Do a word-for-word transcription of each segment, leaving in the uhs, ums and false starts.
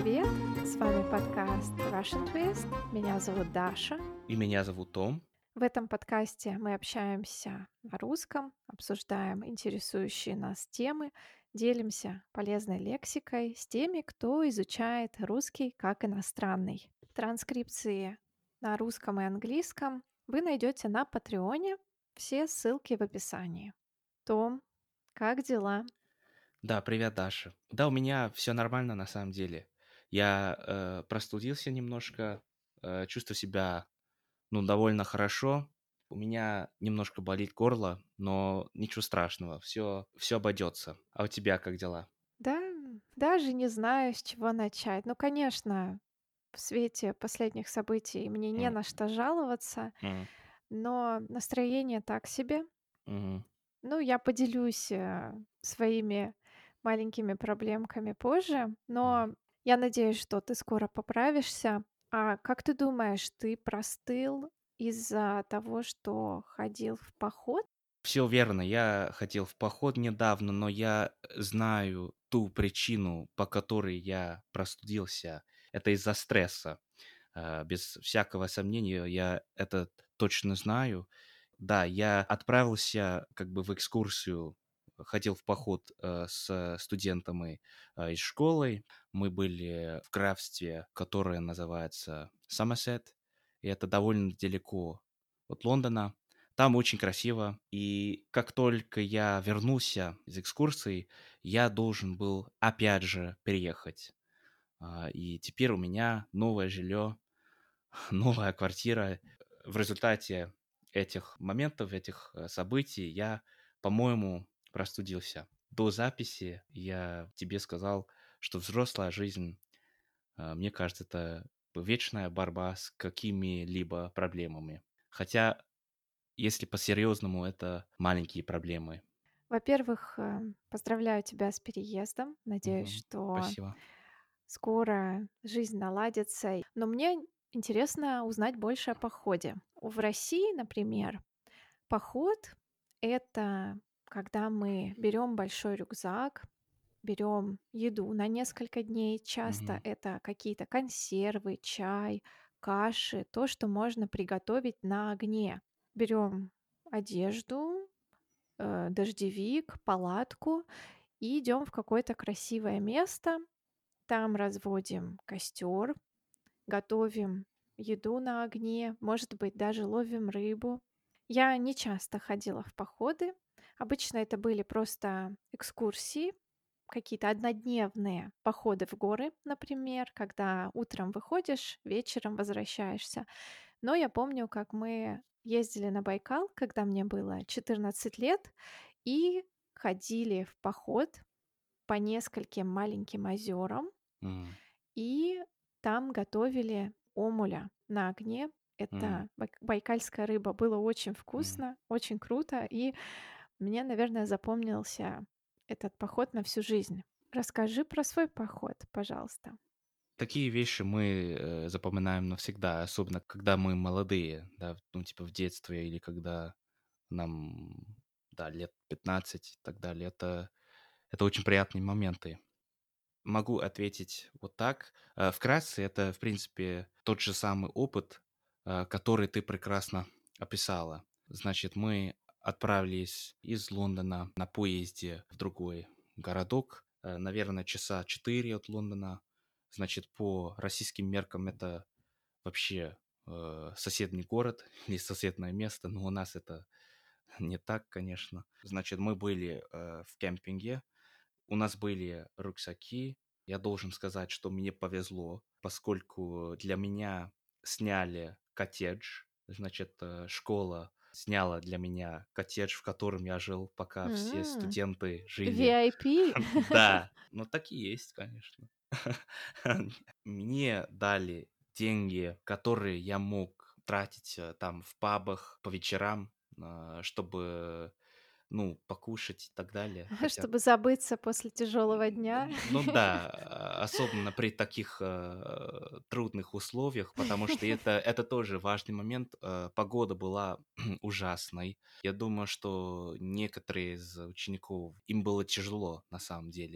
привет! С вами подкаст Russian Twist. Меня зовут Даша. И меня зовут Том. В этом подкасте мы общаемся на русском, обсуждаем интересующие нас темы, делимся полезной лексикой с теми, кто изучает русский как иностранный. Транскрипции на русском и английском вы найдете на Патреоне. Все ссылки в описании. Том, как дела? Да, привет, Даша. Да, у меня все нормально на самом деле. Я э, простудился немножко, э, чувствую себя, ну, довольно хорошо. У меня немножко болит горло, но ничего страшного, все, все обойдется. А у тебя как дела? Да, даже не знаю, с чего начать. Ну, конечно, в свете последних событий мне не М, на что жаловаться, м, но настроение так себе. мгм, Ну, я поделюсь э, своими маленькими проблемками позже, м. но я надеюсь, что ты скоро поправишься. А как ты думаешь, ты простыл из-за того, что ходил в поход? Все верно. Я ходил в поход недавно, но я знаю ту причину, по которой я простудился. Это из-за стресса. Э, без всякого сомнения, я это точно знаю. Да, я отправился как бы в экскурсию, ходил в поход, э, с студентами, э, из школы. Мы были в графстве, которое называется Сомерсет, и это довольно далеко от Лондона. Там очень красиво, и как только я вернулся из экскурсии, я должен был опять же переехать. А, и теперь у меня новое жилье, новая квартира. В результате этих моментов, этих э, событий я, по-моему, простудился. До записи я тебе сказал, что взрослая жизнь, э, мне кажется, это вечная борьба с какими-либо проблемами. Хотя, если по-серьезному, это маленькие проблемы. Во-первых, э, поздравляю тебя с переездом. Надеюсь, Мгм. что Спасибо. скоро жизнь наладится. Но мне интересно узнать больше о походе. В России, например, поход — это когда мы берем большой рюкзак, берем еду на несколько дней. Часто Мгм. это какие-то консервы, чай, каши, то, что можно приготовить на огне. Берем одежду, э, дождевик, палатку и идем в какое-то красивое место. Там разводим костер, готовим еду на огне, может быть, даже ловим рыбу. Я не часто ходила в походы. Обычно это были просто экскурсии, какие-то однодневные походы в горы, например, когда утром выходишь, вечером возвращаешься. Но я помню, как мы ездили на Байкал, когда мне было четырнадцать лет, и ходили в поход по нескольким маленьким озерам, М, и там готовили омуля на огне. м, Это байк байкальская рыба. Было очень м. вкусно, очень круто, и мне, наверное, запомнился этот поход на всю жизнь. Расскажи про свой поход, пожалуйста. Такие вещи мы, э, запоминаем навсегда, особенно когда мы молодые, да, ну, типа в детстве или когда нам, да, лет пятнадцать и так далее. Это это очень приятные моменты. Могу ответить вот так. Э, вкратце, это, в принципе, тот же самый опыт, э, который ты прекрасно описала. Значит, мы отправились из Лондона на поезде в другой городок, э, наверное, часа четыре от Лондона. Значит, по российским меркам это вообще э, соседний город или соседнее место, но у нас это не так, конечно. Значит, мы были э, в кемпинге, у нас были рюкзаки. Я должен сказать, что мне повезло, поскольку для меня сняли коттедж. Значит, э, школа сняла для меня коттедж, в котором я жил, пока все М, студенты жили. ви ай пи? Да, ну так и есть, конечно. Мне дали деньги, которые я мог тратить э, там в пабах по вечерам, а, чтобы, ну, покушать и так далее. Хотя Чтобы забыться после тяжелого дня. Н ну да, а, особенно при таких, э, трудных условиях, потому что это это тоже важный момент. Э, погода была ужасной. Я думаю, что некоторые из учеников, им было тяжело на самом деле.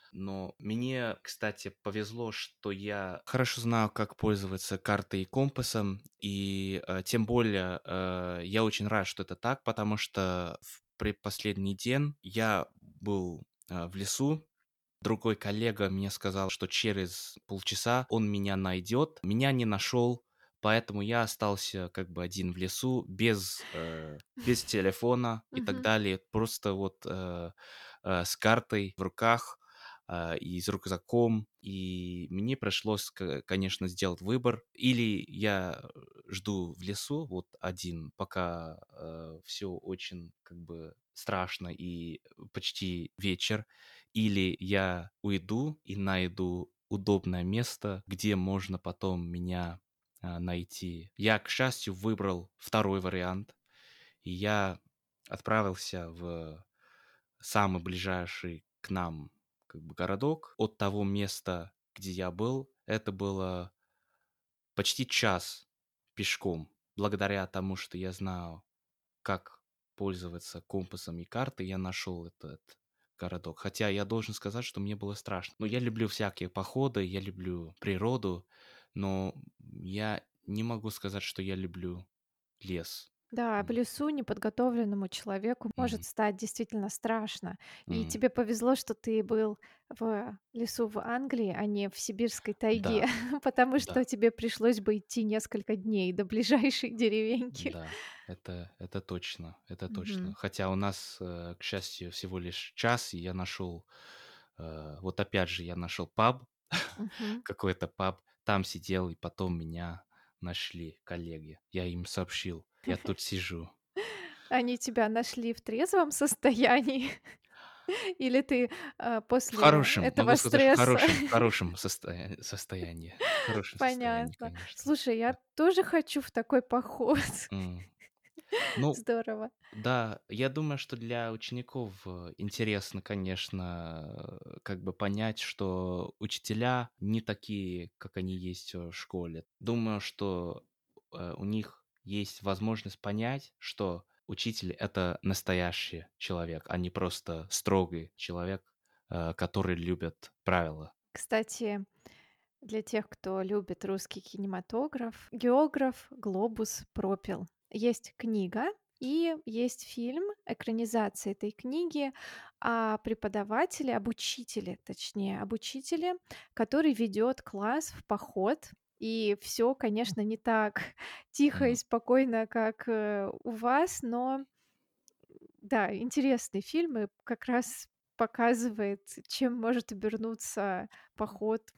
Но мне, кстати, повезло, что я хорошо знаю, как пользоваться картой и компасом, и э, тем более э, я очень рад, что это так, потому что в предпоследний день я был э, в лесу. Другой коллега мне сказал, что через полчаса он меня найдет. Меня не нашел, поэтому я остался как бы один в лесу, без, э, без телефона и так Мгм. далее. Просто вот э, э, с картой в руках а, и с рюкзаком. И мне пришлось, к- конечно, сделать выбор. Или я э, жду в лесу вот один, пока все очень как бы страшно и почти вечер, или я уйду и найду удобное место, где можно потом меня а, найти. Я, к счастью, выбрал второй вариант, и я отправился в самый ближайший к нам как бы городок. От того места, где я был, это было почти час пешком, благодаря тому, что я знаю, как пользоваться компасом и картой, я нашел этот городок. Хотя я должен сказать, что мне было страшно. Но я люблю всякие походы, я люблю природу, но я не могу сказать, что я люблю лес. Да, в М, лесу неподготовленному человеку может м, стать действительно страшно. И м. тебе повезло, что ты был в лесу в Англии, а не в сибирской тайге, Да, потому да, что тебе пришлось бы идти несколько дней до ближайшей деревеньки. да. Это, это точно, это точно. Мгм. Хотя у нас, э, к счастью, всего лишь час, и я нашел, э, вот опять же, я нашел паб, Мгм. какой-то паб, там сидел, и потом меня нашли коллеги. Я им сообщил, я тут сижу. Они тебя нашли в трезвом состоянии или ты, э, В после хорошем, могу этого сказать, в стресса? хорошем, в хорошем состоянии, состоянии. В хорошем состоянии, Понятно. конечно. Слушай, я Да. тоже хочу в такой поход. М. Ну, Здорово. да, я думаю, что для учеников э, интересно, конечно, э, как бы понять, что учителя не такие, как они есть э, в школе. Думаю, что э, у них есть возможность понять, что учитель — это настоящий человек, а не просто строгий человек, э, который любит правила. Кстати, для тех, кто любит русский кинематограф, географ Глобус пропил. Есть книга и есть фильм, экранизация этой книги о преподавателе, об учителе, точнее, об учителе, который ведет класс в поход. И все, конечно, не так тихо и Мгм. спокойно, как э, у вас, но да, интересный фильм и как раз показывает, чем может обернуться поход.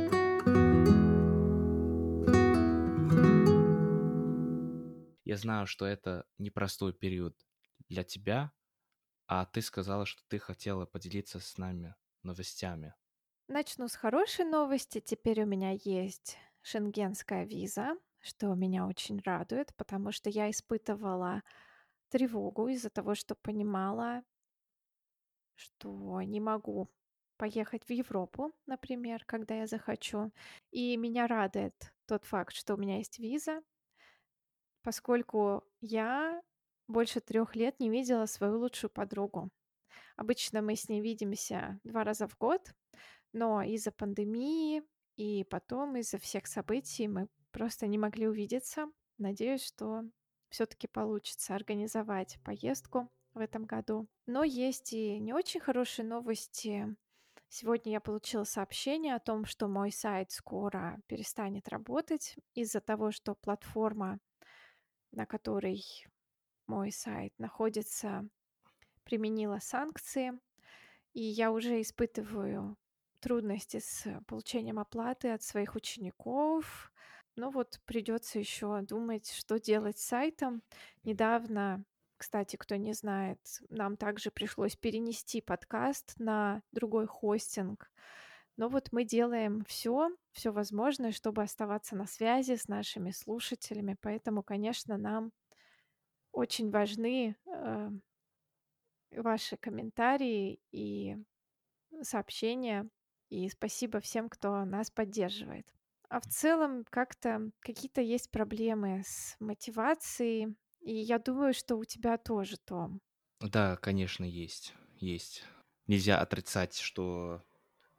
Я знаю, что это непростой период для тебя, а ты сказала, что ты хотела поделиться с нами новостями. Начну с хорошей новости. Теперь у меня есть шенгенская виза, что меня очень радует, потому что я испытывала тревогу из-за того, что понимала, что не могу поехать в Европу, например, когда я захочу. И меня радует тот факт, что у меня есть виза, поскольку я больше трех лет не видела свою лучшую подругу. Обычно мы с ней видимся два раза в год, но из-за пандемии и потом из-за всех событий мы просто не могли увидеться. Надеюсь, что все таки получится организовать поездку в этом году. Но есть и не очень хорошие новости. Сегодня я получила сообщение о том, что мой сайт скоро перестанет работать из-за того, что платформа, на которой мой сайт находится, применила санкции. И я уже испытываю трудности с получением оплаты от своих учеников. Ну вот придется еще думать, что делать с сайтом. Недавно, кстати, кто не знает, нам также пришлось перенести подкаст на другой хостинг. Но вот мы делаем все, все возможное, чтобы оставаться на связи с нашими слушателями. Поэтому, конечно, нам очень важны э, ваши комментарии и сообщения. И спасибо всем, кто нас поддерживает. А в целом как-то какие-то есть проблемы с мотивацией. И я думаю, что у тебя тоже, Том. Да, конечно, есть, есть. Нельзя отрицать, что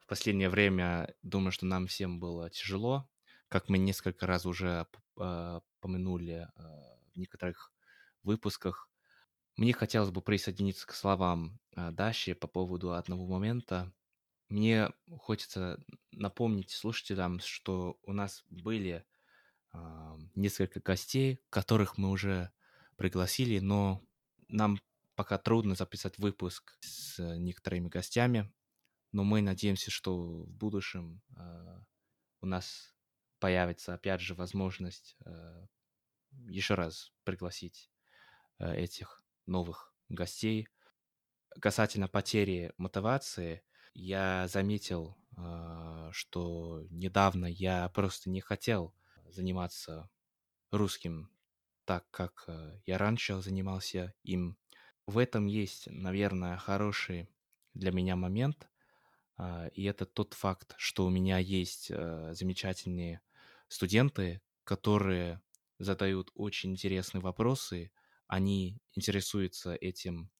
Последнее время думаю, что нам всем было тяжело, как мы несколько раз уже п а, помянули, а, в некоторых выпусках. Мне хотелось бы присоединиться к словам, а, Даши по поводу одного момента. Мне хочется напомнить слушателям, что у нас были, а, несколько гостей, которых мы уже пригласили, но нам пока трудно записать выпуск с некоторыми гостями. Но мы надеемся, что в будущем, а, у нас появится опять же возможность, а, еще раз пригласить, а, этих новых гостей. Касательно потери мотивации, я заметил, а, что недавно я просто не хотел заниматься русским так, как, а, я раньше занимался им. В этом есть, наверное, хороший для меня момент. А, и это тот факт, что у меня есть, э, замечательные студенты, которые задают очень интересные вопросы. Они интересуются этим,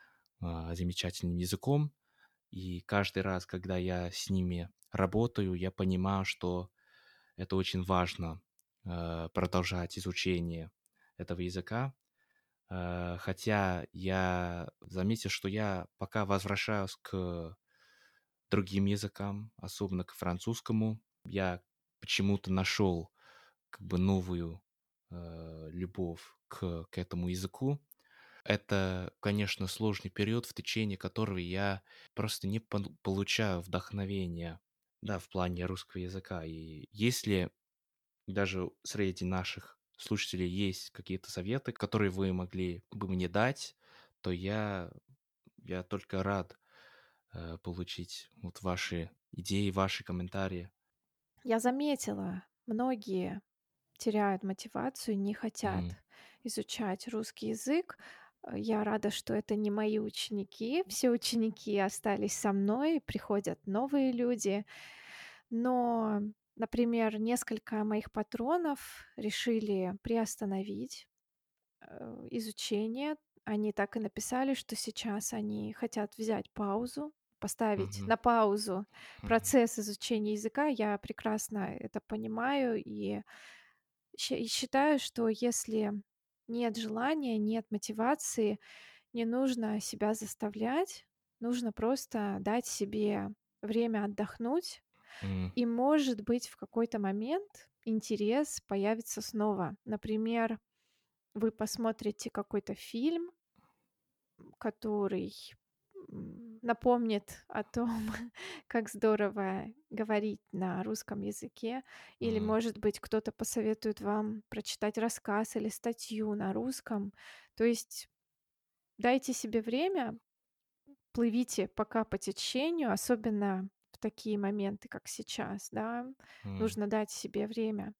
а, замечательным языком. И каждый раз, когда я с ними работаю, я понимаю, что это очень важно, э, продолжать изучение этого языка. Э, хотя я заметил, что я пока возвращаюсь к другим языкам, особенно к французскому. Я почему-то нашел как бы новую, э, любовь к к этому языку. Это, конечно, сложный период, в течение которого я просто не пол получаю вдохновения, да, в плане русского языка. И если даже среди наших слушателей есть какие-то советы, которые вы могли бы мне дать, то я я только рад, э, получить вот ваши идеи, ваши комментарии. Я заметила, многие теряют мотивацию, не Мгм. хотят изучать русский язык. Э, я рада, что это не мои ученики. Все ученики остались со мной, приходят новые люди. Но, например, несколько моих патронов решили приостановить э, изучение. Они так и написали, что сейчас они хотят взять паузу, поставить Мгм. на паузу Мгм. процесс изучения языка. Я прекрасно это понимаю и ща- и считаю, что если нет желания, нет мотивации, не нужно себя заставлять, нужно просто дать себе время отдохнуть, М. и, может быть, в какой-то момент интерес появится снова. Например, вы посмотрите какой-то фильм, который, м, напомнит о том, как здорово говорить на русском языке. Или, М. может быть, кто-то посоветует вам прочитать рассказ или статью на русском. То есть дайте себе время, плывите пока по течению, особенно в такие моменты, как сейчас, да. М. Нужно дать себе время.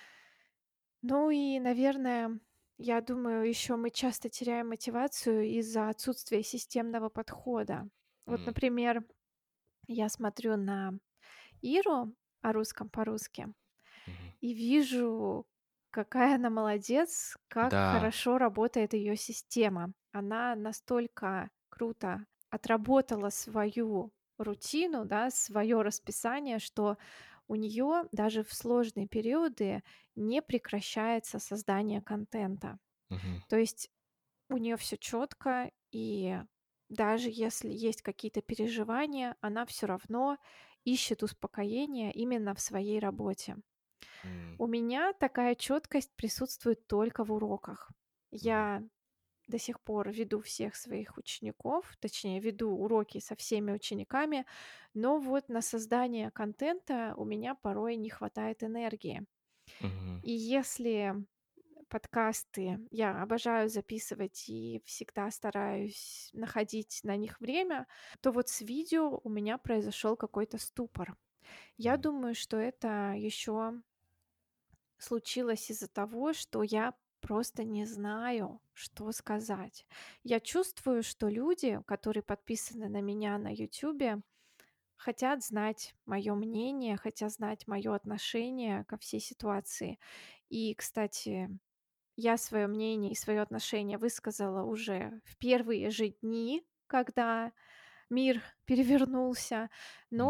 Ну и, наверное, я думаю, еще мы часто теряем мотивацию из-за отсутствия системного подхода. Вот, М. например, я смотрю на Иру о русском по-русски Мгм. и вижу, какая она молодец, как Да. хорошо работает ее система. Она настолько круто отработала свою рутину, да, свое расписание, что у нее даже в сложные периоды не прекращается создание контента. Мгм. То есть у нее все четко, и даже если есть какие-то переживания, она все равно ищет успокоение именно в своей работе. М. У меня такая четкость присутствует только в уроках. Мгм. Я до сих пор веду всех своих учеников, точнее, веду уроки со всеми учениками, но вот на создание контента у меня порой не хватает энергии. Мгм. И если подкасты я обожаю записывать и всегда стараюсь находить на них время, то вот с видео у меня произошел какой-то ступор. Я М. думаю, что это еще случилось из-за того, что я просто не знаю, что сказать. Я чувствую, что люди, которые подписаны на меня на "Ютубе", хотят знать мое мнение, хотят знать мое отношение ко всей ситуации. И, кстати, я свое мнение и свое отношение высказала уже в первые же дни, когда мир перевернулся. Но М.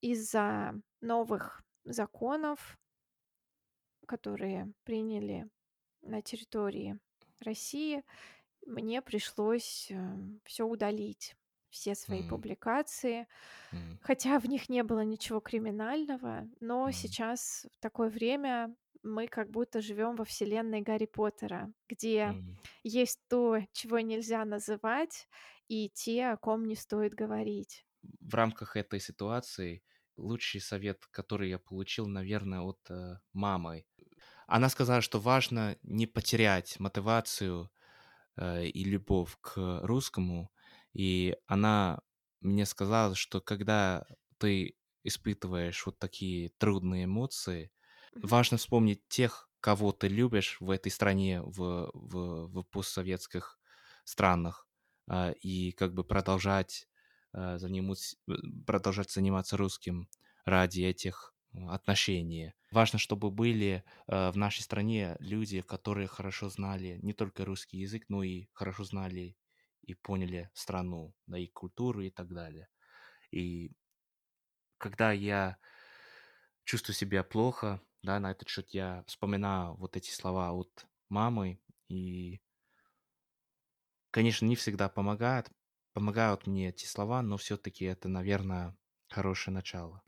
из-за новых законов, которые приняли на территории России, мне пришлось, э, всё удалить, все свои М. публикации. М. Хотя в них не было ничего криминального, но М. сейчас в такое время мы как будто живем во вселенной Гарри Поттера, где М. есть то, чего нельзя называть, и те, о ком не стоит говорить. В рамках этой ситуации лучший совет, который я получил, наверное, от, э, мамы. Она сказала, что важно не потерять мотивацию, э, и любовь к русскому. И она мне сказала, что когда ты испытываешь вот такие трудные эмоции, Мгм. важно вспомнить тех, кого ты любишь в этой стране, в в в постсоветских странах, а, и как бы продолжать, э, занимусь э, продолжать заниматься русским ради этих отношений. Важно, чтобы были, э, в нашей стране люди, которые хорошо знали не только русский язык, но и хорошо знали и поняли страну, да, и культуру, и так далее. И когда я чувствую себя плохо, да, на этот счет, я вспоминаю вот эти слова от мамы, и конечно, не всегда помогает помогают мне эти слова, но всё-таки это, наверно, хорошее начало.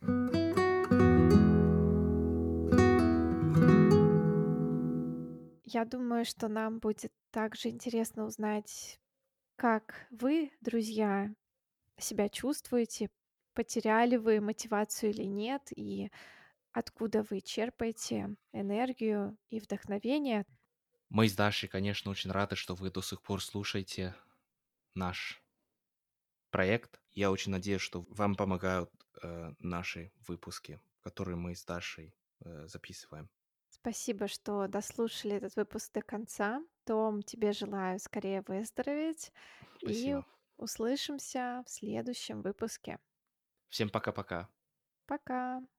Я думаю, что нам будет также интересно узнать, как вы, друзья, себя чувствуете, потеряли вы мотивацию или нет, и откуда вы черпаете энергию и вдохновение. Мы с Дашей, конечно, очень рады, что вы до сих пор слушаете наш проект. Я очень надеюсь, что вам помогают, э, наши выпуски, которые мы с Дашей, э, записываем. Спасибо, что дослушали этот выпуск до конца. Том, тебе желаю скорее выздороветь, и Спасибо. услышимся в следующем выпуске. Всем пока-пока. Пока.